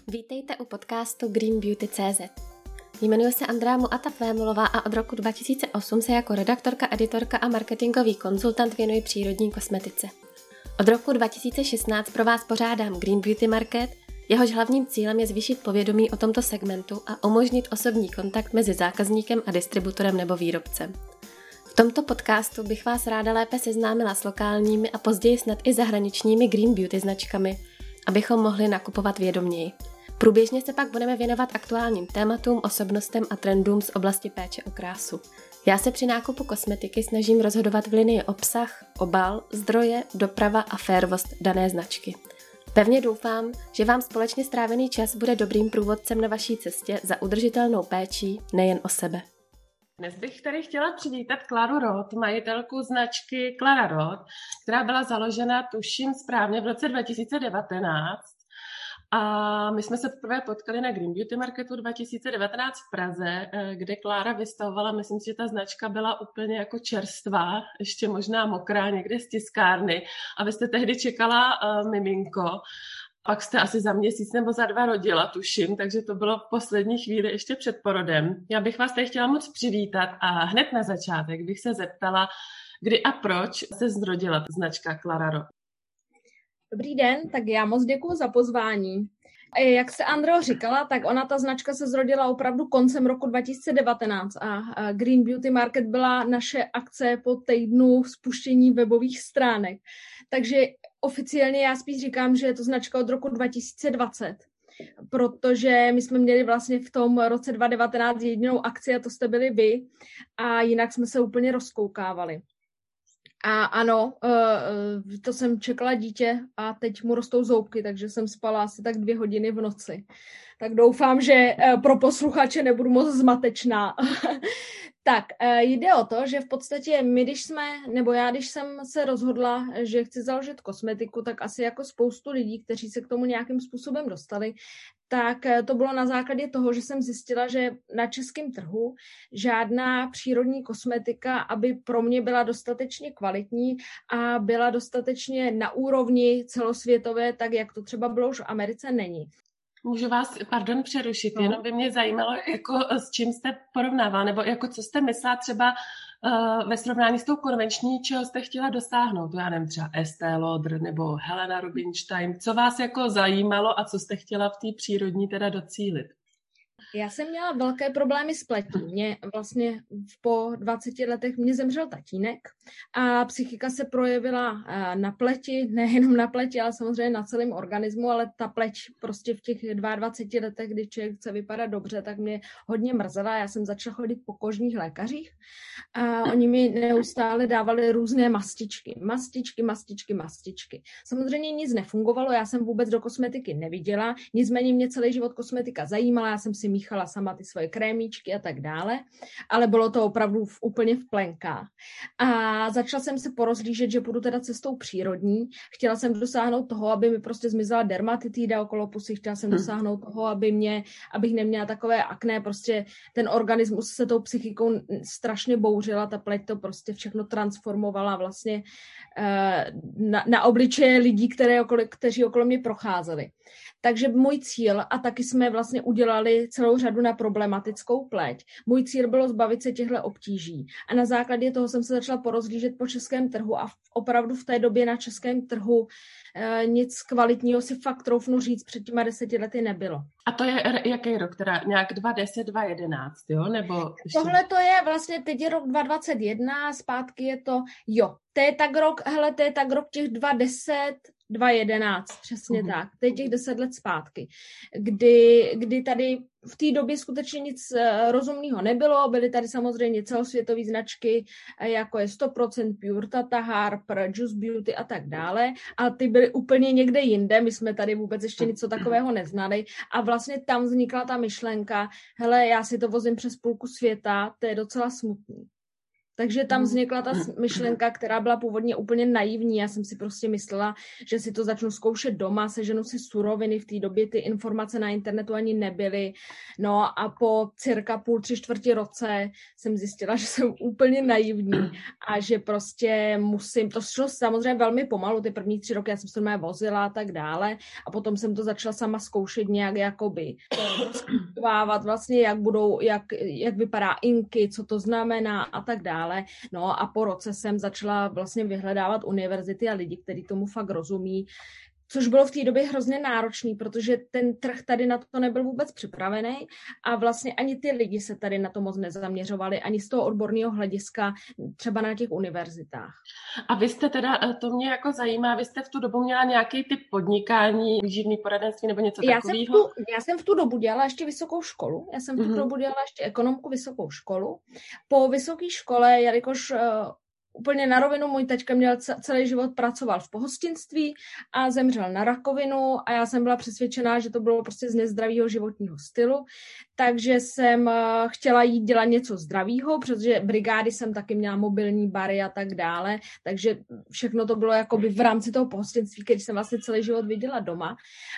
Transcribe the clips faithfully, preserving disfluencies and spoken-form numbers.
Vítejte u podcastu Green Beauty tečka cé zet. Jmenuji se Andrea Muatap-Vémolová a od roku dva tisíce osm se jako redaktorka, editorka a marketingový konzultant věnuji přírodní kosmetice. Od roku dva tisíce šestnáct pro vás pořádám Green Beauty Market, jehož hlavním cílem je zvýšit povědomí o tomto segmentu a umožnit osobní kontakt mezi zákazníkem a distributorem nebo výrobcem. V tomto podcastu bych vás ráda lépe seznámila s lokálními a později snad i zahraničními Green Beauty značkami, abychom mohli nakupovat vědoměji. Průběžně se pak budeme věnovat aktuálním tématům, osobnostem a trendům z oblasti péče o krásu. Já se při nákupu kosmetiky snažím rozhodovat v linii obsah, obal, zdroje, doprava a férovost dané značky. Pevně doufám, že vám společně strávený čas bude dobrým průvodcem na vaší cestě za udržitelnou péčí nejen o sebe. Dnes bych tady chtěla přivítat Klaru Roth, majitelku značky Klara Roth, která byla založena, tuším správně, v roce dva tisíce devatenáct. A my jsme se poprvé potkali na Green Beauty Marketu dva tisíce devatenáct v Praze, kde Klára vystavovala, myslím si, že ta značka byla úplně jako čerstvá, ještě možná mokrá někde z tiskárny. A vy jste tehdy čekala uh, miminko, pak jste asi za měsíc nebo za dva rodila, tuším, takže to bylo v poslední chvíli ještě před porodem. Já bych vás tady chtěla moc přivítat a hned na začátek bych se zeptala, kdy a proč se zrodila značka Klara Roth. Dobrý den, tak já moc děkuji za pozvání. Jak se Andreo říkala, tak ona, ta značka se zrodila opravdu koncem roku dva tisíce devatenáct a Green Beauty Market byla naše akce po týdnu spuštění webových stránek. Takže oficiálně já spíš říkám, že je to značka od roku dva tisíce dvacet, protože my jsme měli vlastně v tom roce dva tisíce devatenáct jedinou akci a to jste byli vy a jinak jsme se úplně rozkoukávali. A ano, to jsem čekala dítě a teď mu rostou zoubky, takže jsem spala asi tak dvě hodiny v noci. Tak doufám, že pro posluchače nebudu moc zmatečná. Tak, jde o to, že v podstatě my, když jsme, nebo já, když jsem se rozhodla, že chci založit kosmetiku, tak asi jako spoustu lidí, kteří se k tomu nějakým způsobem dostali, tak to bylo na základě toho, že jsem zjistila, že na českém trhu žádná přírodní kosmetika, aby pro mě byla dostatečně kvalitní a byla dostatečně na úrovni celosvětové, tak jak to třeba bylo už v Americe, není. Můžu vás, pardon, přerušit, no. Jenom by mě zajímalo, jako s čím jste porovnávala, nebo jako co jste myslela třeba uh, ve srovnání s tou konvenční, čeho jste chtěla dosáhnout, já nevím, třeba Estée Lauder nebo Helena Rubinstein, co vás jako zajímalo a co jste chtěla v té přírodní teda docílit? Já jsem měla velké problémy s pletí. Mě vlastně po dvaceti letech mě zemřel tatínek a psychika se projevila na pleti, nejenom na pleti, ale samozřejmě na celém organismu, ale ta pleť prostě v těch dvaceti dvou letech, kdy člověk chce vypadat dobře, tak mě hodně mrzela. Já jsem začala chodit po kožních lékařích a oni mi neustále dávali různé mastičky. Mastičky, mastičky, mastičky. Samozřejmě nic nefungovalo, já jsem vůbec do kosmetiky neviděla, nicméně mě celý život kosmetika zajímala, já jsem si míchala sama ty svoje krémíčky a tak dále, ale bylo to opravdu v, úplně v plenkách. A začala jsem se porozlížet, že půjdu teda cestou přírodní. Chtěla jsem dosáhnout toho, aby mi prostě zmizela dermatitída okolo pusy, chtěla jsem dosáhnout toho, aby mě, abych neměla takové akné, prostě ten organismus se tou psychikou strašně bouřila, ta pleť to prostě všechno transformovala vlastně na, na obličeje lidí, které okolo, kteří okolo mě procházeli. Takže můj cíl, a taky jsme vlastně udělali celou řadu na problematickou pleť, můj cíl bylo zbavit se těchto obtíží. A na základě toho jsem se začala porozhlížet po českém trhu a opravdu v té době na českém trhu e, nic kvalitního si fakt troufnu říct před těma deseti lety nebylo. A to je jaký rok? Teda nějak dva tisíce deset, dva tisíce jedenáct, jo? Nebo ještě... Tohle to je vlastně, teď je rok dva tisíce dvacet jedna, zpátky je to, jo, to je tak rok, hele, to je tak rok těch dva tisíce deset, dva tisíce jedenáct, přesně uhum. Tak. To je těch deset let zpátky, kdy, kdy tady v té době skutečně nic rozumného nebylo, byly tady samozřejmě celosvětové značky, jako je sto procent Pure, Tata, Harper, Just Beauty a tak dále, a ty byly úplně někde jinde, my jsme tady vůbec ještě něco takového neznali a vlastně tam vznikla ta myšlenka, hele, já si to vozím přes půlku světa, to je docela smutný. Takže tam vznikla ta myšlenka, která byla původně úplně naivní. Já jsem si prostě myslela, že si to začnu zkoušet doma, seženu si suroviny, v té době ty informace na internetu ani nebyly. No a po cirka půl, tři čtvrtě roce jsem zjistila, že jsem úplně naivní a že prostě musím, to šlo samozřejmě velmi pomalu, ty první tři roky, já jsem se doma vozila a tak dále a potom jsem to začala sama zkoušet nějak jakoby zkoušávat vlastně, jak budou, jak, jak vypadá inky, co to znamená a tak dále. No a po roce jsem začala vlastně vyhledávat univerzity a lidi, kteří tomu fakt rozumí, což bylo v té době hrozně náročný, protože ten trh tady na to nebyl vůbec připravený a vlastně ani ty lidi se tady na to moc nezaměřovali, ani z toho odborného hlediska, třeba na těch univerzitách. A vy jste teda, to mě jako zajímá, vy jste v tu dobu měla nějaký typ podnikání, výživný poradenství nebo něco já takového? Jsem tu, já jsem v tu dobu dělala ještě vysokou školu, já jsem v tu mm-hmm. dobu dělala ještě ekonomku, vysokou školu. Po vysoké škole, jelikož uh, úplně na rovinu, můj taťka měl celý život, pracoval v pohostinství a zemřel na rakovinu a já jsem byla přesvědčená, že to bylo prostě z nezdravého životního stylu, takže jsem chtěla jít dělat něco zdravého, protože brigády jsem taky měla, mobilní bary a tak dále, takže všechno to bylo jakoby v rámci toho pohostinství, když jsem vlastně celý život viděla doma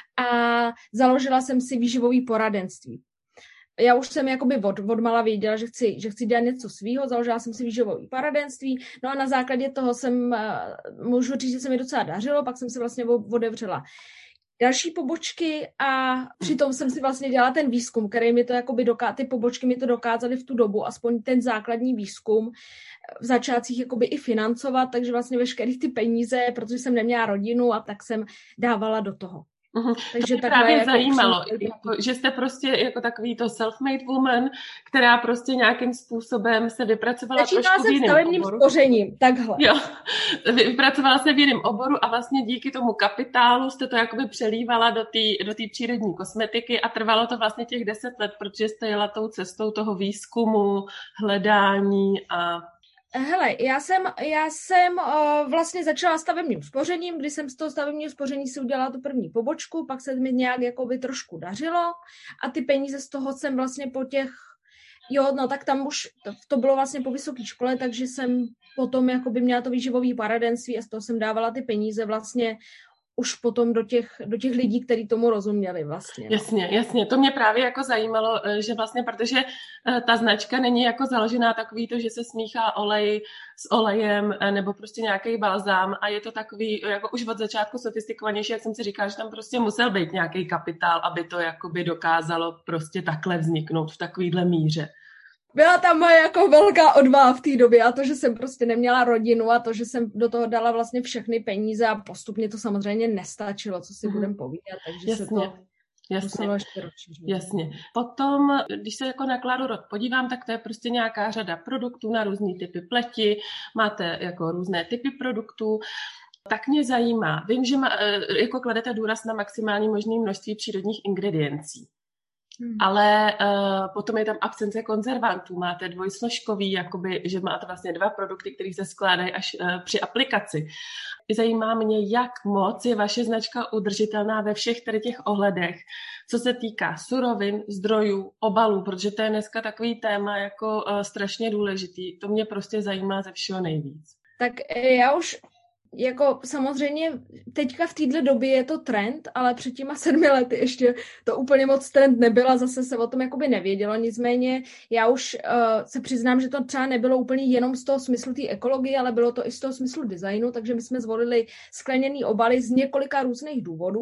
a založila jsem si výživový poradenství. Já už jsem jakoby od, od mala věděla, že chci, že chci dělat něco svýho, založila jsem si výživové poradenství, no a na základě toho jsem, můžu říct, že se mi docela dařilo, pak jsem si vlastně otevřela další pobočky a přitom jsem si vlastně dělala ten výzkum, který mi to jakoby doká, ty pobočky mi to dokázaly v tu dobu, aspoň ten základní výzkum v začátcích jakoby i financovat, takže vlastně veškerých ty peníze, protože jsem neměla rodinu a tak jsem dávala do toho. Uhum. Takže to mě právě jako zajímalo, jako, že jste prostě jako takový to self-made woman, která prostě nějakým způsobem se vypracovala Začínala trošku v jiném stavebním oboru. spořením, takhle. Jo, vypracovala se v jiném oboru a vlastně díky tomu kapitálu jste to jakoby přelívala do té do té přírodní kosmetiky a trvalo to vlastně těch deset let, protože jste jela tou cestou toho výzkumu, hledání a... Hele, já jsem, já jsem uh, vlastně začala stavebním spořením, kdy jsem z toho stavebního spoření si udělala tu první pobočku, pak se mi nějak jakoby trošku dařilo a ty peníze z toho jsem vlastně po těch, jo, no tak tam už, to, to bylo vlastně po vysoké škole, takže jsem potom jakoby měla to výživové poradenství a z toho jsem dávala ty peníze vlastně už potom do těch, do těch lidí, kteří tomu rozuměli vlastně. No. Jasně, jasně. To mě právě jako zajímalo, že vlastně, protože ta značka není jako založená takový to, že se smíchá olej s olejem nebo prostě nějaký balzám a je to takový jako už od začátku sofistikovanější, jak jsem si říkala, že tam prostě musel být nějaký kapitál, aby to jakoby dokázalo prostě takhle vzniknout v takovýhle míře. Byla tam moje jako velká odvaha v té době a to, že jsem prostě neměla rodinu a to, že jsem do toho dala vlastně všechny peníze a postupně to samozřejmě nestačilo, co si mm. budem povídat, takže Jasně. se to Jasně. muselo ještě rozšířit. Jasně. Potom, když se jako na Kláru Roth podívám, tak to je prostě nějaká řada produktů na různý typy pleti, máte jako různé typy produktů. Tak mě zajímá, vím, že ma, jako kladete důraz na maximální možné množství přírodních ingrediencí. Hmm. Ale uh, potom je tam absence konzervantů, máte dvojsložkový, jakoby, že máte vlastně dva produkty, které se skládají až uh, při aplikaci. Zajímá mě, jak moc je vaše značka udržitelná ve všech tady těch ohledech, co se týká surovin, zdrojů, obalů, protože to je dneska takový téma jako uh, strašně důležitý. To mě prostě zajímá ze všeho nejvíc. Tak já už... Jako samozřejmě teďka v této době je to trend, ale před těma sedmi lety ještě to úplně moc trend nebyla, zase se o tom jakoby nevědělo, nicméně já už uh, se přiznám, že to třeba nebylo úplně jenom z toho smyslu té ekologie, ale bylo to i z toho smyslu designu, takže my jsme zvolili skleněný obaly z několika různých důvodů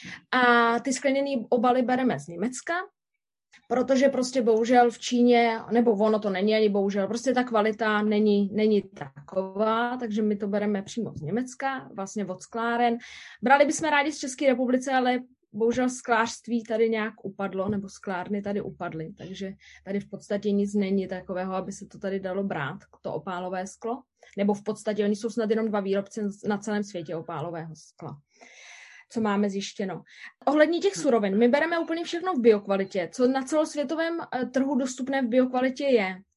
a ty skleněný obaly bereme z Německa, protože prostě bohužel v Číně, nebo ono to není ani bohužel, prostě ta kvalita není, není taková, takže my to bereme přímo z Německa, vlastně od skláren. Brali bychom rádi z České republice, ale bohužel sklářství tady nějak upadlo, nebo sklárny tady upadly, takže tady v podstatě nic není takového, aby se to tady dalo brát, to opálové sklo, nebo v podstatě oni jsou snad jenom dva výrobci na celém světě opálového skla, co máme zjištěno. Ohledně těch surovin, my bereme úplně všechno v biokvalitě. Co na celosvětovém trhu dostupné v biokvalitě je?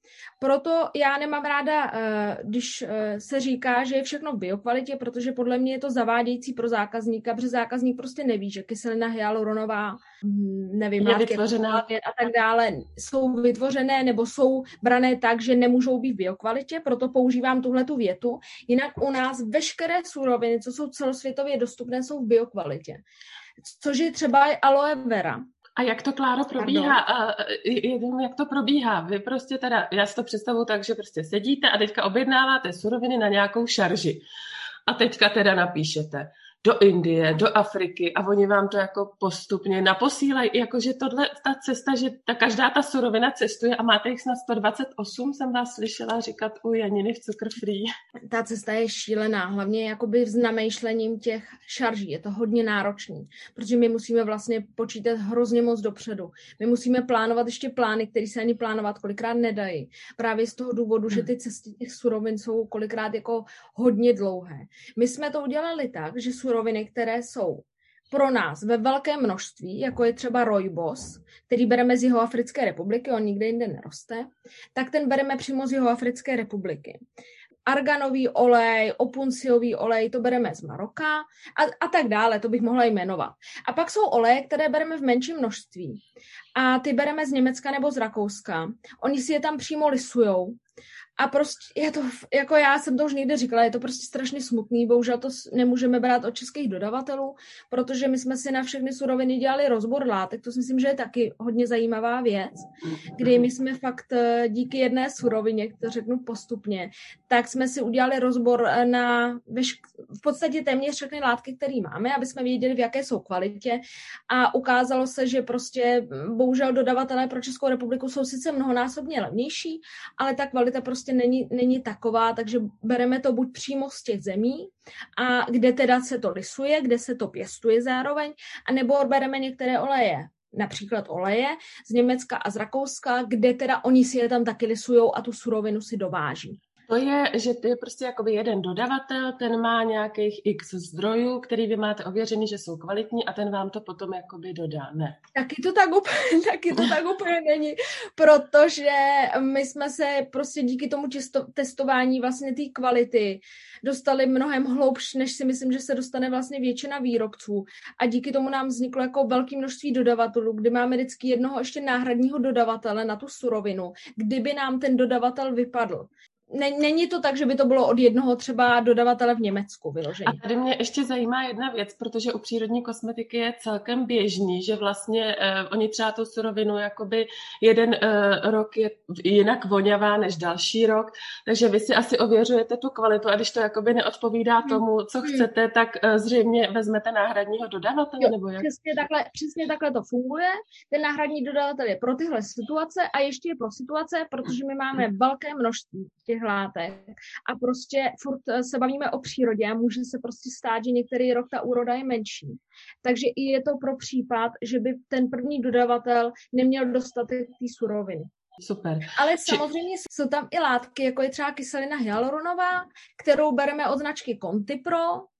Proto já nemám ráda, když se říká, že je všechno v biokvalitě, protože podle mě je to zavádějící pro zákazníka, protože zákazník prostě neví, že kyselina hyaluronová, nevím, je vytvořená a tak dále, jsou vytvořené nebo jsou brané tak, že nemůžou být v biokvalitě, proto používám tuhletu větu. Jinak u nás veškeré suroviny, co jsou celosvětově dostupné, jsou v biokvalitě. Což je třeba aloe vera. A jak to, Kláro, probíhá? A, jak to probíhá? Vy prostě teda, já si to představuji tak, že prostě sedíte a teďka objednáváte suroviny na nějakou šarži. A teďka teda napíšete do Indie, do Afriky a oni vám to jako postupně naposílají, jakože tohle, ta cesta, že ta, každá ta surovina cestuje a máte jich snad sto dvacet osm, jsem vás slyšela říkat u Janiny v Cukr Free. Ta cesta je šílená, hlavně jakoby s namýšlením těch šarží, je to hodně náročný, protože my musíme vlastně počítat hrozně moc dopředu. My musíme plánovat ještě plány, které se ani plánovat kolikrát nedají. Právě z toho důvodu, že ty cesty těch surovin jsou kolikrát jako hodně dlouhé. My jsme to udělali tak, že suroviny, které jsou pro nás ve velkém množství, jako je třeba rooibos, který bereme z Jihoafrické republiky, on nikde jinde neroste, tak ten bereme přímo z Jihoafrické republiky. Arganový olej, opunciový olej, to bereme z Maroka a, a tak dále, to bych mohla jmenovat. A pak jsou oleje, které bereme v menším množství a ty bereme z Německa nebo z Rakouska. Oni si je tam přímo lisujou. A prostě je to, jako já jsem to už někde říkala, je to prostě strašně smutný, bohužel to nemůžeme brát od českých dodavatelů, protože my jsme si na všechny suroviny dělali rozbor látek, to si myslím, že je taky hodně zajímavá věc, kdy my jsme fakt díky jedné surovině, to řeknu postupně, tak jsme si udělali rozbor na v podstatě téměř všechny látky, které máme, aby jsme věděli, v jaké jsou kvalitě a ukázalo se, že prostě bohužel dodavatelé pro Českou republiku jsou sice mnohonásobně levnější, ale ta kvalita prostě Prostě není, není taková, takže bereme to buď přímo z těch zemí, a kde teda se to lisuje, kde se to pěstuje zároveň, anebo bereme některé oleje, například oleje z Německa a z Rakouska, kde teda oni si je tam taky lisujou a tu surovinu si dováží. To je, že to je prostě jakoby jeden dodavatel, ten má nějakých x zdrojů, který vy máte ověřený, že jsou kvalitní a ten vám to potom jakoby dodá, ne? Taky to tak úplně, taky to tak úplně není, protože my jsme se prostě díky tomu testo, testování vlastně té kvality dostali mnohem hloubš, než si myslím, že se dostane vlastně většina výrobců a díky tomu nám vzniklo jako velké množství dodavatelů, kdy máme vždycky jednoho ještě náhradního dodavatele na tu surovinu, kdyby nám ten dodavatel vypadl. Není to tak, že by to bylo od jednoho třeba dodavatele v Německu vyloženě. A tady mě ještě zajímá jedna věc, protože u přírodní kosmetiky je celkem běžný, že vlastně eh, oni třeba tu surovinu jakoby jeden eh, rok je jinak voňavá než další rok, takže vy si asi ověřujete tu kvalitu a když to jakoby neodpovídá tomu, co hmm. chcete, tak eh, zřejmě vezmete náhradního dodavatele, jo, nebo jak? Přesně takhle, přesně takhle to funguje. Ten náhradní dodavatel je pro tyhle situace a ještě je pro situace, protože my máme velké množství těch látek a prostě furt se bavíme o přírodě a může se prostě stát, že některý rok ta úroda je menší. Takže i je to pro případ, že by ten první dodavatel neměl dostatek té suroviny. Super. Ale samozřejmě Či... jsou tam i látky, jako je třeba kyselina hyaluronová, kterou bereme od značky Contipro.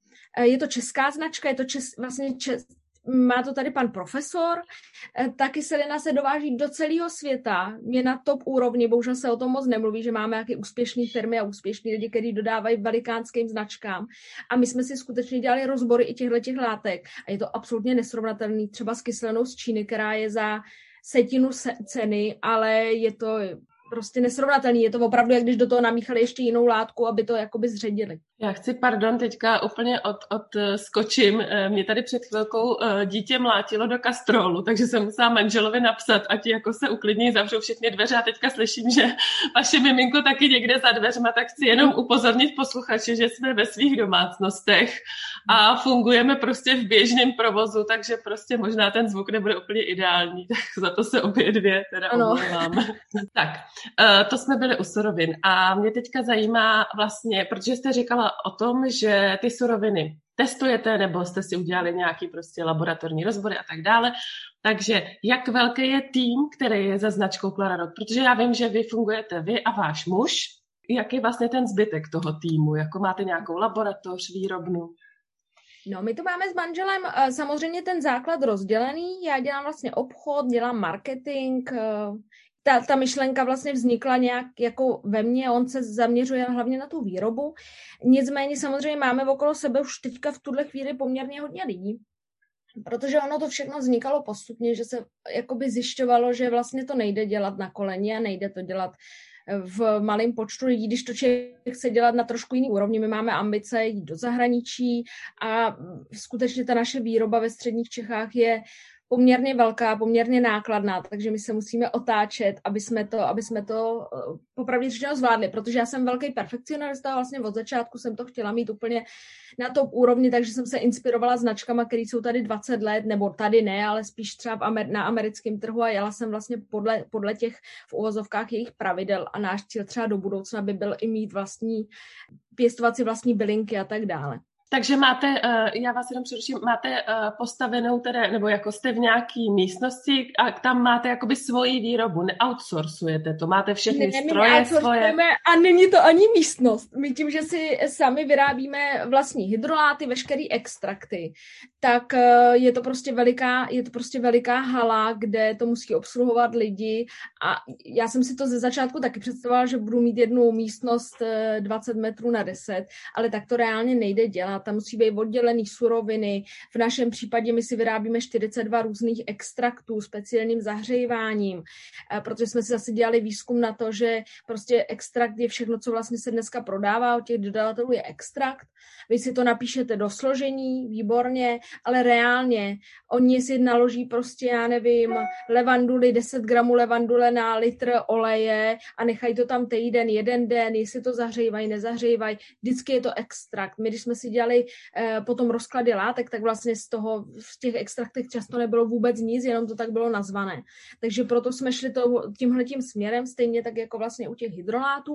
Je to česká značka, je to čes, vlastně čes, má to tady pan profesor. Ta kyselina se dováží do celého světa, je na top úrovni, bohužel se o tom moc nemluví, že máme nějaké úspěšné firmy a úspěšní lidi, kteří dodávají velikánským značkám. A my jsme si skutečně dělali rozbory i těchto látek a je to absolutně nesrovnatelný třeba s kyselinou z Číny, která je za setinu ceny, ale je to prostě nesrovnatelný. Je to opravdu, jak když do toho namíchali ještě jinou látku, aby to jakoby zředili. Já chci, pardon, teďka úplně od, od skočím. Mě tady před chvilkou dítě mlátilo do kastrolu, takže jsem musela manželovi napsat, ať jako se uklidní, zavřou všechny dveře a teďka slyším, že vaše miminko taky někde za dveřma, tak chci jenom upozornit posluchače, že jsme ve svých domácnostech a fungujeme prostě v běžném provozu, takže prostě možná ten zvuk nebude úplně ideální, tak za to se obě dvě teda omlouváme. Tak, to jsme byli u surovin a mě teďka zajímá vlastně, protože jste říkala o tom, že ty suroviny testujete nebo jste si udělali nějaký prostě laboratorní rozbory a tak dále. Takže jak velký je tým, který je za značkou Klara Rod? Protože já vím, že vy fungujete vy a váš muž. Jak je vlastně ten zbytek toho týmu? Jako máte nějakou laboratoř, výrobnu? No, my to máme s manželem samozřejmě ten základ rozdělený. Já dělám vlastně obchod, dělám marketing, ta, ta myšlenka vlastně vznikla nějak jako ve mně, on se zaměřuje hlavně na tu výrobu. Nicméně samozřejmě máme okolo sebe už teďka v tuhle chvíli poměrně hodně lidí, protože ono to všechno vznikalo postupně, že se jakoby zjišťovalo, že vlastně to nejde dělat na koleně a nejde to dělat v malém počtu lidí, když to člověk chce dělat na trošku jiný úrovni. My máme ambice jít do zahraničí a skutečně ta naše výroba ve středních Čechách je poměrně velká, poměrně nákladná, takže my se musíme otáčet, aby jsme to, aby jsme to popravdě řečeno zvládli, protože já jsem velký perfekcionalista a vlastně od začátku jsem to chtěla mít úplně na top úrovni, takže jsem se inspirovala značkama, které jsou tady dvacet let, nebo tady ne, ale spíš třeba v Amer- na americkém trhu a jela jsem vlastně podle, podle těch v uvozovkách jejich pravidel a náš cíl třeba do budoucna by byl i mít vlastní, pěstovat si vlastní bylinky a tak dále. Takže máte, já vás jenom přeruším, máte postavenou teda, nebo jako jste v nějaký místnosti a tam máte jakoby svoji výrobu, neoutsourcujete to, máte všechny ne, stroje svoje. A není to ani místnost. My tím, že si sami vyrábíme vlastní hydroláty, veškerý extrakty, tak je to prostě veliká, je to prostě veliká hala, kde to musí obsluhovat lidi a já jsem si to ze začátku taky představovala, že budu mít jednu místnost dvacet metrů na deset, ale tak to reálně nejde dělat. Tam musí být oddělený suroviny. V našem případě my si vyrábíme čtyřicet dva různých extraktů speciálním zahříváním, protože jsme si zase dělali výzkum na to, že prostě extrakt je všechno, co vlastně se dneska prodává, od těch dodavatelů je extrakt. Vy si to napíšete do složení, výborně, ale reálně oni si naloží prostě, já nevím, levanduly, deset gramů levandule na litr oleje a nechají to tam týden, jeden den, jestli to zahřívají, nezahřívají. Vždycky je to extrakt. My, když jsme si dělali eh, potom rozklady látek, tak vlastně z toho v těch extraktech často nebylo vůbec nic, jenom to tak bylo nazvané. Takže proto jsme šli to, tímhletím směrem, stejně tak jako vlastně u těch hydrolátů,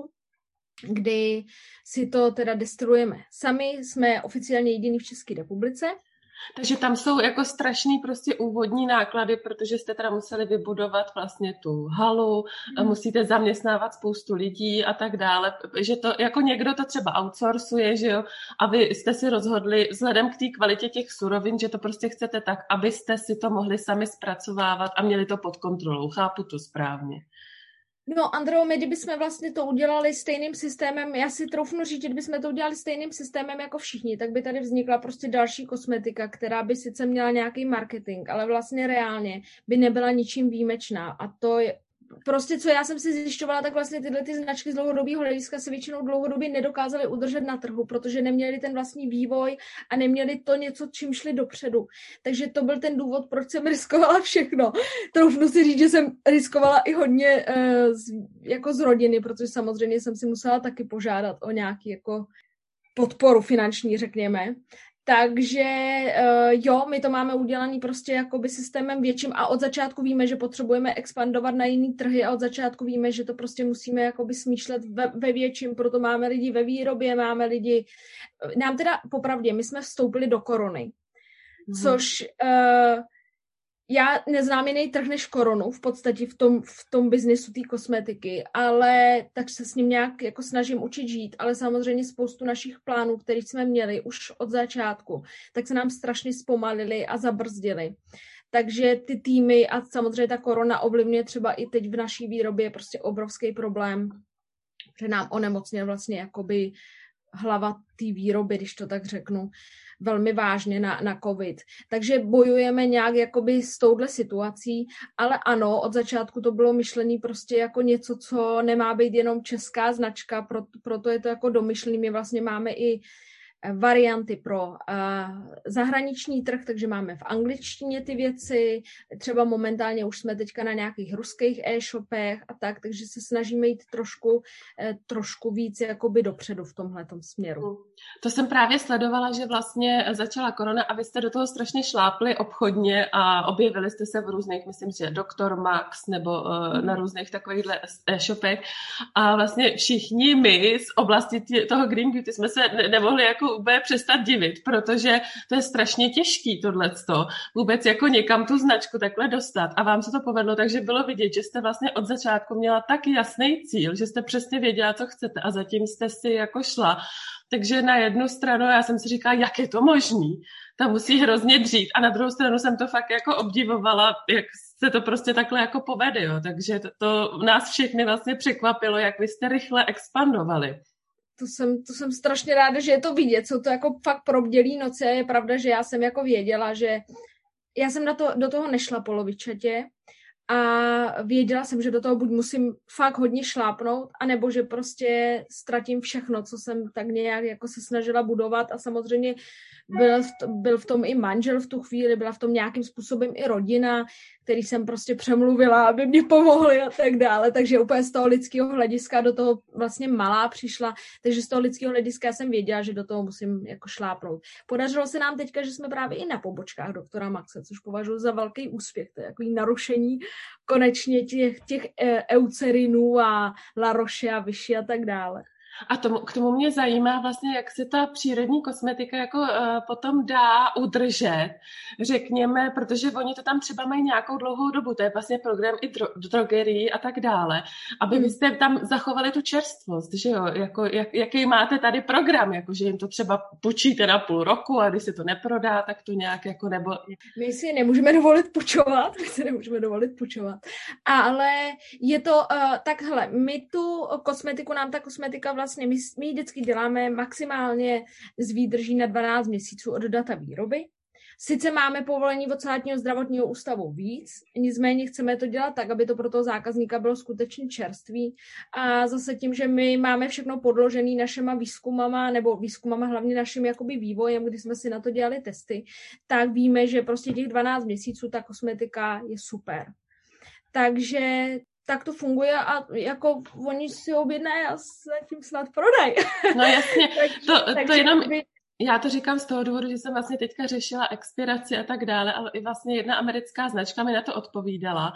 kdy si to teda destilujeme sami, jsme oficiálně jediný v České republice. Takže tam jsou jako strašný prostě úvodní náklady, protože jste teda museli vybudovat vlastně tu halu, a musíte zaměstnávat spoustu lidí a tak dále, že to jako někdo to třeba outsourcuje, že jo, a vy jste si rozhodli vzhledem k té kvalitě těch surovin, že to prostě chcete tak, abyste si to mohli sami zpracovávat a měli to pod kontrolou. Chápu to správně. No, Andreo, my kdybychom vlastně to udělali stejným systémem, já si troufnu říct, že kdybychom to udělali stejným systémem jako všichni, tak by tady vznikla prostě další kosmetika, která by sice měla nějaký marketing, ale vlastně reálně by nebyla ničím výjimečná. A to je prostě, co já jsem si zjišťovala, tak vlastně tyhle ty značky z dlouhodobého hlediska se většinou dlouhodobě nedokázaly udržet na trhu, protože neměli ten vlastní vývoj a neměli to něco, čím šli dopředu. Takže to byl ten důvod, proč jsem riskovala všechno. Troufnu si říct, že jsem riskovala i hodně uh, z, jako z rodiny, protože samozřejmě jsem si musela taky požádat o nějaký jako podporu finanční, řekněme. Takže jo, my to máme udělaný prostě jakoby systémem větším a od začátku víme, že potřebujeme expandovat na jiný trhy a od začátku víme, že to prostě musíme jakoby smýšlet ve, ve větším, proto máme lidi ve výrobě, máme lidi, nám teda popravdě, my jsme vstoupili do korony, mm. což uh, já neznám jiný trh než koronu v podstatě v tom, v tom biznesu té kosmetiky, ale tak se s ním nějak jako snažím učit žít, ale samozřejmě spoustu našich plánů, které jsme měli už od začátku, tak se nám strašně zpomalili a zabrzdili. Takže ty týmy a samozřejmě ta korona ovlivňuje třeba i teď v naší výrobě je prostě obrovský problém, že nám onemocněl vlastně jakoby hlava té výroby, když to tak řeknu, velmi vážně na, na covid. Takže bojujeme nějak jakoby s touhle situací, ale ano, od začátku to bylo myšlený prostě jako něco, co nemá být jenom česká značka, proto, proto je to jako domyšlený. My vlastně máme i varianty pro uh, zahraniční trh, takže máme v angličtině ty věci, třeba momentálně už jsme teďka na nějakých ruských e-shopech a tak, takže se snažíme jít trošku, uh, trošku víc jakoby dopředu v tomhletom směru. To jsem právě sledovala, že vlastně začala korona a vy jste do toho strašně šlápli obchodně a objevili jste se v různých, myslím, že doktor Max nebo uh, na různých takovýchhle e-shopech a vlastně všichni my z oblasti tě, toho Green Beauty jsme se ne- nemohli jako úplně přestat divit, protože to je je strašně těžký tohleto, vůbec jako někam tu značku takhle dostat a vám se to povedlo, takže bylo vidět, že jste vlastně od začátku měla tak jasný cíl, že jste přesně věděla, co chcete a zatím jste si jako šla. Takže na jednu stranu já jsem si říkala, jak je to možný, ta musí hrozně dřít a na druhou stranu jsem to fakt jako obdivovala, jak se to prostě takhle jako povede, jo. Takže to, to nás všechny vlastně překvapilo, jak vy jste rychle expandovali. To jsem, to jsem strašně ráda, že je to vidět, jsou to jako fakt probdělý noci a je pravda, že já jsem jako věděla, že já jsem na to, do toho nešla polovičatě a věděla jsem, že do toho buď musím fakt hodně šlápnout, anebo že prostě ztratím všechno, co jsem tak nějak jako se snažila budovat a samozřejmě byl v, tom, byl v tom i manžel v tu chvíli, byla v tom nějakým způsobem i rodina, který jsem prostě přemluvila, aby mě pomohli a tak dále, takže úplně z toho lidského hlediska do toho vlastně malá přišla, takže z toho lidského hlediska jsem věděla, že do toho musím jako šlápnout. Podařilo se nám teďka, že jsme právě i na pobočkách doktora Maxe, což považuji za velký úspěch, to je takový narušení konečně těch, těch eucerinů a La Roche a Vichy a tak dále. A tomu, k tomu mě zajímá vlastně, jak se ta přírodní kosmetika jako uh, potom dá udržet, řekněme, protože oni to tam třeba mají nějakou dlouhou dobu, to je vlastně program i dro- drogerii a tak dále, aby hmm. vy jste tam zachovali tu čerstvost, že jo, jako, jak, jaký máte tady program, jako, že jim to třeba půjčíte na půl roku a když se to neprodá, tak to nějak jako nebo... My si nemůžeme dovolit půjčovat, my si nemůžeme dovolit půjčovat, ale je to uh, takhle, my tu kosmetiku, nám ta kosmetika vlastně Vlastně my, my ji vždycky děláme maximálně z výdrží na dvanáct měsíců od data výroby. Sice máme povolení od státního zdravotního ústavu víc, nicméně chceme to dělat tak, aby to pro toho zákazníka bylo skutečně čerství. A zase tím, že my máme všechno podložené našima výzkumama, nebo výzkumama hlavně naším jakoby vývojem, kdy jsme si na to dělali testy, tak víme, že prostě těch dvanáct měsíců ta kosmetika je super. Takže tak to funguje a jako oni si objednají a se tím snad prodají. No jasně, takže, to, takže to jenom... By... Já to říkám z toho důvodu, že jsem vlastně teďka řešila expiraci a tak dále, ale i vlastně jedna americká značka mi na to odpovídala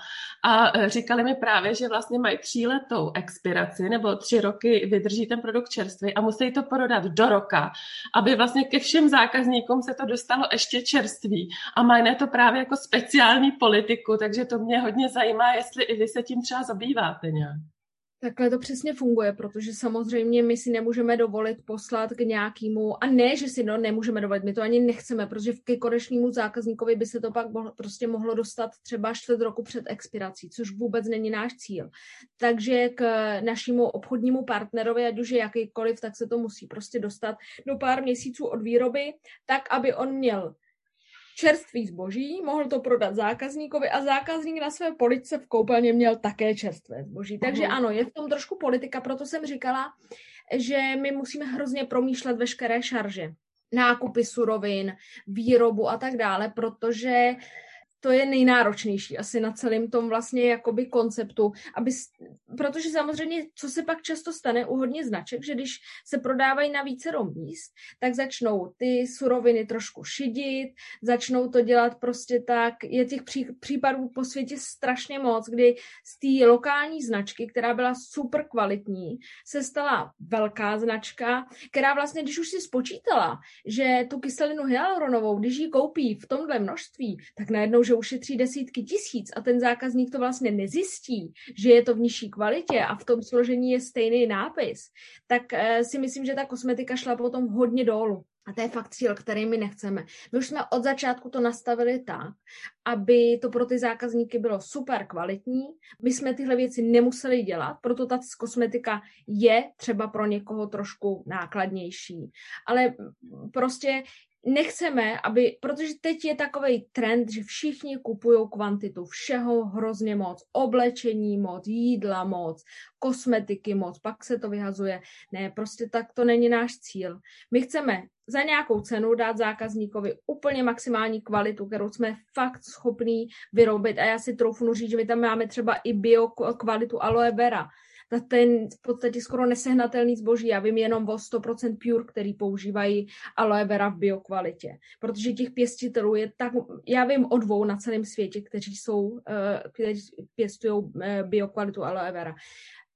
a říkali mi právě, že vlastně mají tříletou expiraci nebo tři roky vydrží ten produkt čerstvý a musí to prodat do roka, aby vlastně ke všem zákazníkům se to dostalo ještě čerství a mají na to právě jako speciální politiku, takže to mě hodně zajímá, jestli i vy se tím třeba zabýváte nějak. Takhle to přesně funguje, protože samozřejmě my si nemůžeme dovolit poslat k nějakému, a ne, že si no, nemůžeme dovolit, my to ani nechceme, protože ke konečnému zákazníkovi by se to pak mohlo, prostě mohlo dostat třeba čtvrt roku před expirací, což vůbec není náš cíl. Takže k našemu obchodnímu partnerovi, ať už je jakýkoliv, tak se to musí prostě dostat do pár měsíců od výroby, tak, aby on měl čerstvý zboží, mohl to prodat zákazníkovi a zákazník na své poličce v koupelně měl také čerstvé zboží. Takže ano, je v tom trošku politika, proto jsem říkala, že my musíme hrozně promýšlet veškeré šarže, nákupy surovin, výrobu a tak dále, protože to je nejnáročnější asi na celém tom vlastně jakoby konceptu, aby, protože samozřejmě, co se pak často stane u hodně značek, že když se prodávají na vícero míst, tak začnou ty suroviny trošku šidit, začnou to dělat prostě tak, je těch pří, případů po světě strašně moc, kdy z té lokální značky, která byla super kvalitní, se stala velká značka, která vlastně, když už si spočítala, že tu kyselinu hyaluronovou, když ji koupí v tomhle množství, tak najednou, že ušetří desítky tisíc a ten zákazník to vlastně nezjistí, že je to v nižší kvalitě a v tom složení je stejný nápis, tak uh, si myslím, že ta kosmetika šla potom hodně dolů. A to je fakt cíl, který my nechceme. My už jsme od začátku to nastavili tak, aby to pro ty zákazníky bylo super kvalitní. My jsme tyhle věci nemuseli dělat, proto ta kosmetika je třeba pro někoho trošku nákladnější. Ale prostě nechceme, aby, protože teď je takovej trend, že všichni kupují kvantitu všeho hrozně moc, oblečení moc, jídla moc, kosmetiky moc, pak se to vyhazuje. Ne, prostě tak to není náš cíl. My chceme za nějakou cenu dát zákazníkovi úplně maximální kvalitu, kterou jsme fakt schopní vyrobit a já si troufnu říct, že my tam máme třeba i bio kvalitu aloe vera. Ten v podstatě skoro nesehnatelný zboží. Já vím jenom o sto procent Pure, který používají aloe vera v biokvalitě. Protože těch pěstitelů je tak, já vím o dvou na celém světě, kteří jsou, kteří pěstují biokvalitu aloe vera.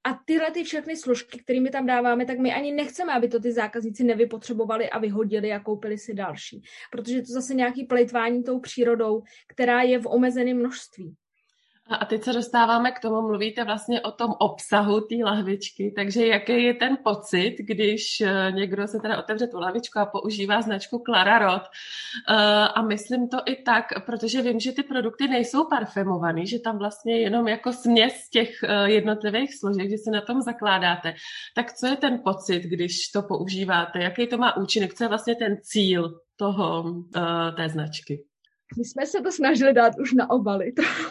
A tyhle ty všechny složky, které my tam dáváme, tak my ani nechceme, aby to ty zákazníci nevypotřebovali a vyhodili a koupili si další. Protože to zase nějaký plejtvání tou přírodou, která je v omezeném množství. A teď se dostáváme k tomu, mluvíte vlastně o tom obsahu té lahvičky, takže jaký je ten pocit, když někdo se teda otevře tu lahvičku a používá značku Clara Rod. A myslím to i tak, protože vím, že ty produkty nejsou parfümovaný, že tam vlastně jenom jako směs těch jednotlivých složek, že se na tom zakládáte. Tak co je ten pocit, když to používáte? Jaký to má účinek? Co je vlastně ten cíl toho, té značky? My jsme se to snažili dát už na obaly,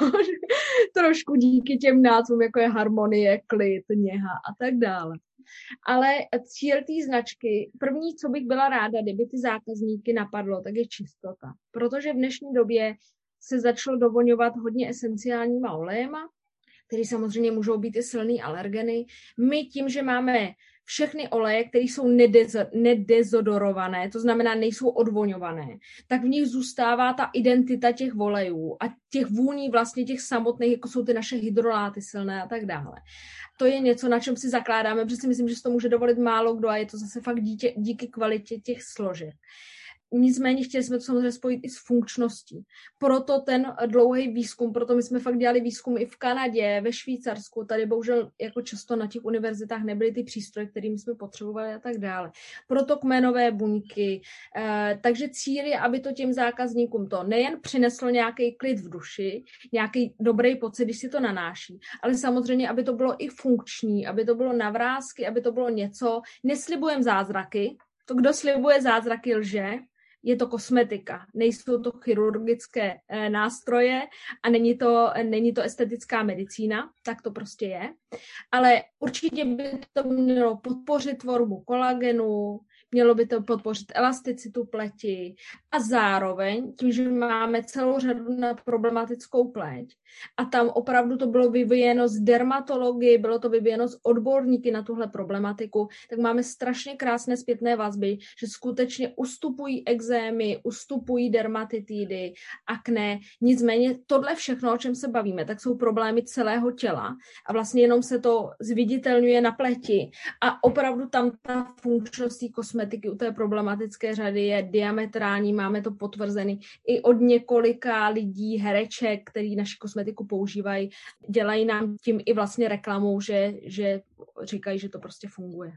trošku díky těm názvům, jako je harmonie, klid, něha a tak dále. Ale cíl té značky, první, co bych byla ráda, kdyby ty zákazníky napadlo, tak je čistota. Protože v dnešní době se začalo dovoňovat hodně esenciálníma olejema, které samozřejmě můžou být i silný alergeny. My tím, že máme všechny oleje, které jsou nedez- nedezodorované, to znamená nejsou odvoňované, tak v nich zůstává ta identita těch olejů a těch vůní vlastně těch samotných, jako jsou ty naše hydroláty silné a tak dále. To je něco, na čem si zakládáme, protože si myslím, že si to může dovolit málo kdo a je to zase fakt díky, díky kvalitě těch složek. Nicméně chtěli jsme to samozřejmě spojit i s funkčností. Proto ten dlouhý výzkum, proto my jsme fakt dělali výzkum i v Kanadě, ve Švýcarsku, tady bohužel jako často na těch univerzitách nebyly ty přístroje, kterými jsme potřebovali a tak dále. Proto kmenové buňky. Eh, takže cíl je, aby to těm zákazníkům to nejen přineslo nějaký klid v duši, nějaký dobrý pocit, když si to nanáší, ale samozřejmě, aby to bylo i funkční, aby to bylo na vrásky, aby to bylo něco. Neslibujeme zázraky, to, kdo slibuje zázraky, lže. Je to kosmetika, nejsou to chirurgické e, nástroje a není to, není to estetická medicína, tak to prostě je. Ale určitě by to mělo podpořit tvorbu kolagenu, mělo by to podpořit elasticitu pleti a zároveň, tím, že máme celou řadu na problematickou pleť a tam opravdu to bylo vyvíjeno z dermatologie, bylo to vyvíjeno z odborníky na tuhle problematiku, tak máme strašně krásné zpětné vazby, že skutečně ustupují ekzémy, ustupují dermatitidy, akné. Nicméně tohle všechno, o čem se bavíme, tak jsou problémy celého těla a vlastně jenom se to zviditelňuje na pleti a opravdu tam ta funkčnost kosmetiky u té problematické řady je diametrální, máme to potvrzený i od několika lidí, hereček, který naši kosmetiku používají, dělají nám tím i vlastně reklamou, že, že říkají, že to prostě funguje.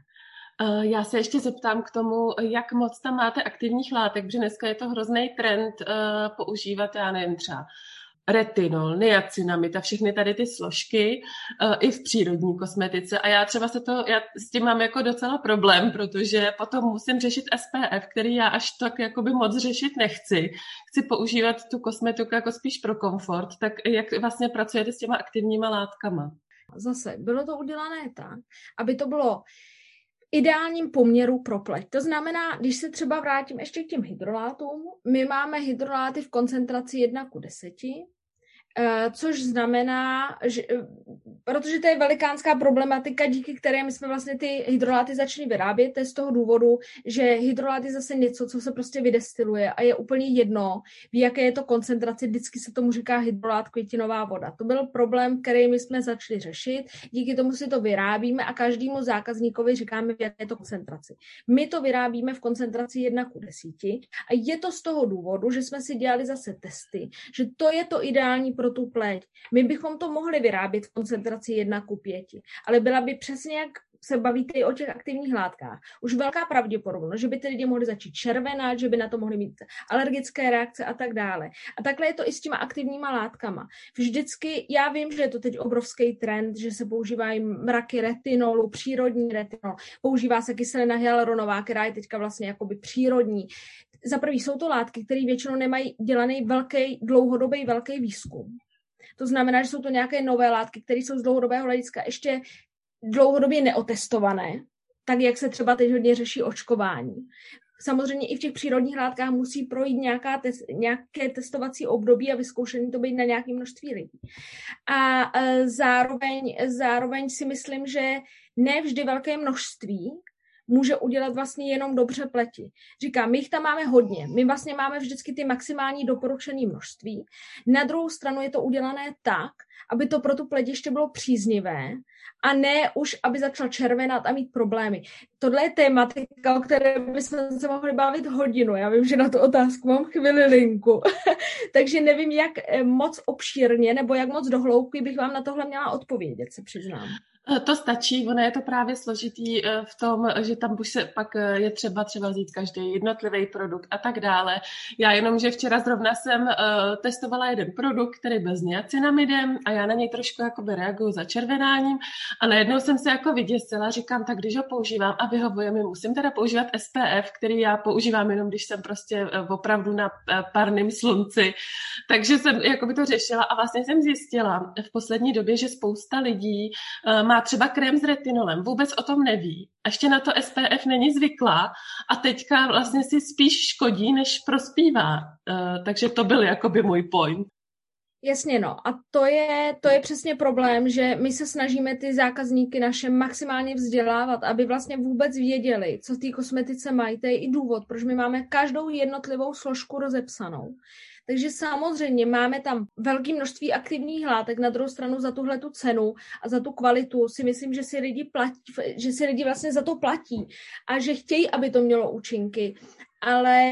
Já se ještě zeptám k tomu, jak moc tam máte aktivních látek, protože dneska je to hrozný trend používat, já nevím, třeba retinol, niacinamid a všechny tady ty složky uh, i v přírodní kosmetice. A já třeba se to, já s tím mám jako docela problém, protože potom musím řešit S P F, který já až tak jakoby moc řešit nechci. Chci používat tu kosmetiku jako spíš pro komfort. Tak jak vlastně pracujete s těma aktivníma látkama? Zase, bylo to udělané tak, aby to bylo ideálním poměru pro pleť. To znamená, když se třeba vrátím ještě k těm hydrolátům, my máme hydroláty v koncentraci jedna ku deseti, což znamená, že, protože to je velikánská problematika, díky které my jsme vlastně ty hydroláty začali vyrábět, to je z toho důvodu, že hydrolát je zase něco, co se prostě vydestiluje a je úplně jedno, v jaké je to koncentraci, vždycky se tomu říká hydrolát květinová voda. To byl problém, který my jsme začali řešit, díky tomu si to vyrábíme a každému zákazníkovi říkáme, v jaké je to koncentraci. My to vyrábíme v koncentraci jedna ku deseti a je to z toho důvodu, že jsme si dělali zase testy, že to je to ideální pro tu pleť. My bychom to mohli vyrábět v koncentraci jedna ku pěti, ale byla by přesně, jak se bavíte i o těch aktivních látkách, už velká pravděpodobnost, že by ty lidi mohli začít červenat, že by na to mohli mít alergické reakce a tak dále. A takhle je to i s těma aktivníma látkama. Vždycky, já vím, že je to teď obrovský trend, že se používají mraky retinolu, přírodní retinol, používá se kyselina hyaluronová, která je teďka vlastně jakoby přírodní. Za prvý jsou to látky, které většinou nemají dělaný velký, dlouhodobý velký výzkum. To znamená, že jsou to nějaké nové látky, které jsou z dlouhodobého hlediska ještě dlouhodobě neotestované, tak jak se třeba teď hodně řeší očkování. Samozřejmě i v těch přírodních látkách musí projít nějaká tes, nějaké testovací období a vyzkoušení to být na nějaké množství lidí. A zároveň, zároveň si myslím, že ne vždy velké množství může udělat vlastně jenom dobře pleti. Říkám, my jich tam máme hodně. My vlastně máme vždycky ty maximální doporučené množství. Na druhou stranu je to udělané tak, aby to pro tu pleť ještě bylo příznivé a ne už, aby začal červenat a mít problémy. Tohle je tématika, o které bychom se mohli bavit hodinu. Já vím, že na tu otázku mám chvíli linku. Takže nevím, jak moc obšírně nebo jak moc do hloubky bych vám na tohle měla odpovědět, se přiznám. To stačí, ono je to právě složitý v tom, že tam už se pak je třeba třeba vzít každý jednotlivý produkt a tak dále. Já jenom, že včera zrovna jsem uh, testovala jeden produkt, který byl s niacinamidem a já na něj trošku jakoby reaguju za červenáním a najednou jsem se jako vyděsila, říkám, tak když ho používám a vyhovuje mi, musím teda používat S P F, který já používám jenom, když jsem prostě opravdu na parném slunci. Takže jsem jakoby to řešila a vlastně jsem zjistila v poslední době, že spousta lidí uh, má třeba krém s retinolem, vůbec o tom neví. A ještě na to S P F není zvyklá a teďka vlastně si spíš škodí, než prospívá. Uh, takže to byl jakoby můj point. Jasně, no. A to je, to je přesně problém, že my se snažíme ty zákazníky naše maximálně vzdělávat, aby vlastně vůbec věděli, co v té kosmetice mají. To je i důvod, proč my máme každou jednotlivou složku rozepsanou. Takže samozřejmě máme tam velké množství aktivních látek, na druhou stranu za tuhle tu cenu a za tu kvalitu si myslím, že si lidi platí, že si lidi vlastně za to platí a že chtějí, aby to mělo účinky, ale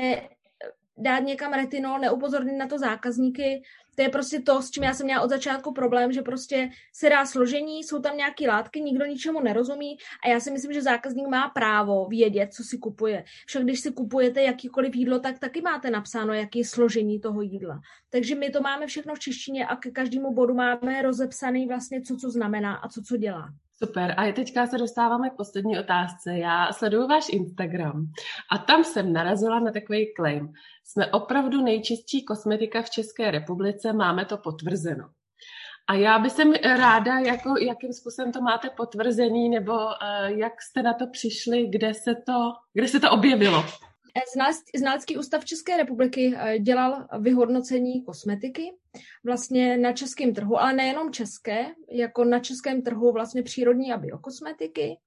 dát někam retinol, neupozornit na to zákazníky, to je prostě to, s čím já jsem měla od začátku problém, že prostě se dá složení, jsou tam nějaké látky, nikdo ničemu nerozumí a já si myslím, že zákazník má právo vědět, co si kupuje. Však když si kupujete jakýkoliv jídlo, tak taky máte napsáno, jaký je složení toho jídla. Takže my to máme všechno v češtině a ke každému bodu máme rozepsaný vlastně, co co znamená a co co dělá. Super. A teďka se dostáváme k poslední otázce. Já sleduju váš Instagram a tam jsem narazila na takový claim. Jsme opravdu nejčistší kosmetika v České republice, máme to potvrzeno. A já bych jsem ráda, jako, jakým způsobem to máte potvrzený, nebo uh, jak jste na to přišli, kde se to, kde se to objevilo. Znalecký ústav České republiky dělal vyhodnocení kosmetiky vlastně na českém trhu, ale nejenom české, jako na českém trhu vlastně přírodní a biokosmetiky.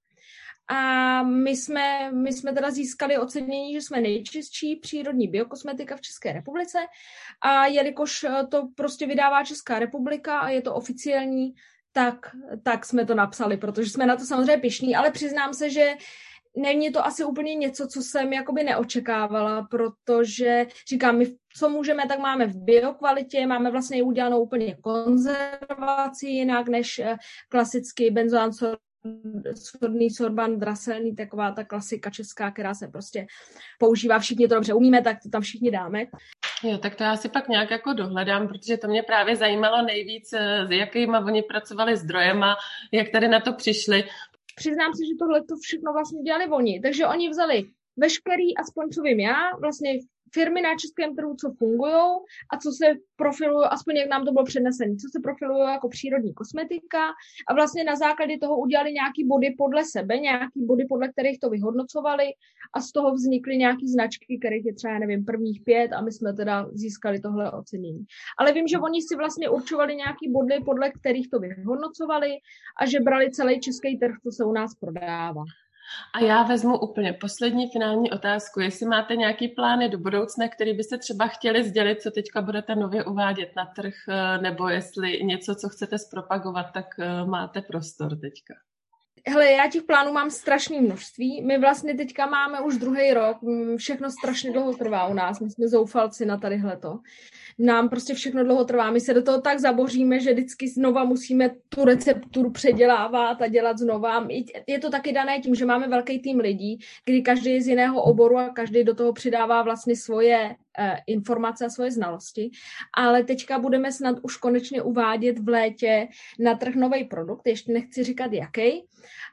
A my jsme, my jsme teda získali ocenění, že jsme nejčistší přírodní biokosmetika v České republice a jelikož to prostě vydává Česká republika a je to oficiální, tak, tak jsme to napsali, protože jsme na to samozřejmě pyšní, ale přiznám se, že není to asi úplně něco, co jsem jakoby neočekávala, protože říkám, my co můžeme, tak máme v biokvalitě, máme vlastně udělanou úplně konzervaci jinak než klasicky benzoan sodný, sorban, draselný, taková ta klasika česká, která se prostě používá, všichni to dobře umíme, tak to tam všichni dáme. Jo, tak to já si pak nějak jako dohledám, protože to mě právě zajímalo nejvíc, s jakýma oni pracovali zdrojema, jak tady na to přišli. Přiznám se, že tohle to všechno vlastně dělali oni, takže oni vzali veškerý, aspoň co vím já, vlastně firmy na českém trhu, co fungují a co se profilují, aspoň jak nám to bylo přednesené, co se profilují jako přírodní kosmetika a vlastně na základě toho udělali nějaký body podle sebe, nějaký body, podle kterých to vyhodnocovali a z toho vznikly nějaký značky, kterých je třeba, nevím, prvních pět a my jsme teda získali tohle ocenění. Ale vím, že oni si vlastně určovali nějaký body, podle kterých to vyhodnocovali a že brali celý český trh, co se u nás prodává. A já vezmu úplně poslední finální otázku. Jestli máte nějaký plány do budoucna, který byste třeba chtěli sdělit, co teďka budete nově uvádět na trh, nebo jestli něco, co chcete zpropagovat, tak máte prostor teďka. Hele, já těch plánů mám strašné množství. My vlastně teďka máme už druhý rok, všechno strašně dlouho trvá u nás, my jsme zoufalci na tadyhleto. Nám prostě všechno dlouho trvá, my se do toho tak zaboříme, že vždycky znova musíme tu recepturu předělávat a dělat znova. Je to taky dané tím, že máme velký tým lidí, kdy každý je z jiného oboru a každý do toho přidává vlastně svoje eh, informace a svoje znalosti. Ale teďka budeme snad už konečně uvádět v létě na trh nový produkt, ještě nechci říkat jaký,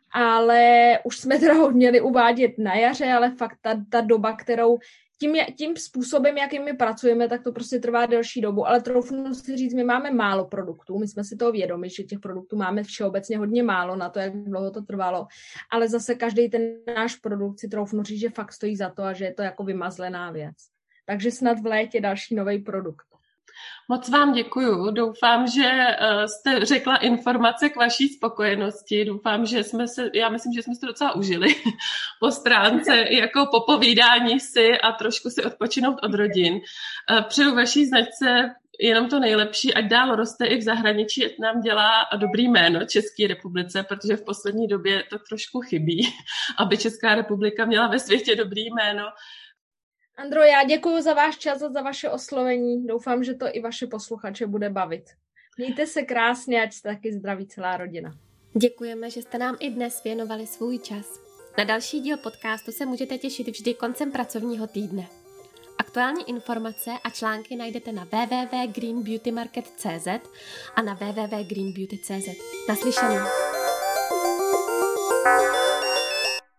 ale už jsme teda ho měli uvádět na jaře, ale fakt ta, ta doba, kterou tím, tím způsobem, jakým my pracujeme, tak to prostě trvá delší dobu, ale troufnu si říct, my máme málo produktů, my jsme si toho vědomi, že těch produktů máme všeobecně hodně málo na to, jak dlouho to trvalo, ale zase každý ten náš produkt si troufnu říct, že fakt stojí za to a že je to jako vymazlená věc. Takže snad v létě další nový produkt. Moc vám děkuju. Doufám, že jste řekla informace k vaší spokojenosti. Doufám, že jsme se, já myslím, že jsme se to docela užili po stránce jako popovídání si a trošku si odpočinout od rodin. Přeju vaší značce jenom to nejlepší, ať dál roste i v zahraničí, ať nám dělá dobrý jméno České republice, protože v poslední době to trošku chybí, aby Česká republika měla ve světě dobrý jméno. Andro, já děkuji za váš čas a za vaše oslovení. Doufám, že to i vaše posluchače bude bavit. Mějte se krásně, ať jste taky zdraví celá rodina. Děkujeme, že jste nám i dnes věnovali svůj čas. Na další díl podcastu se můžete těšit vždy koncem pracovního týdne. Aktuální informace a články najdete na w w w tečka green beauty market tečka c z a na w w w tečka green beauty tečka c z. Naslyšenou.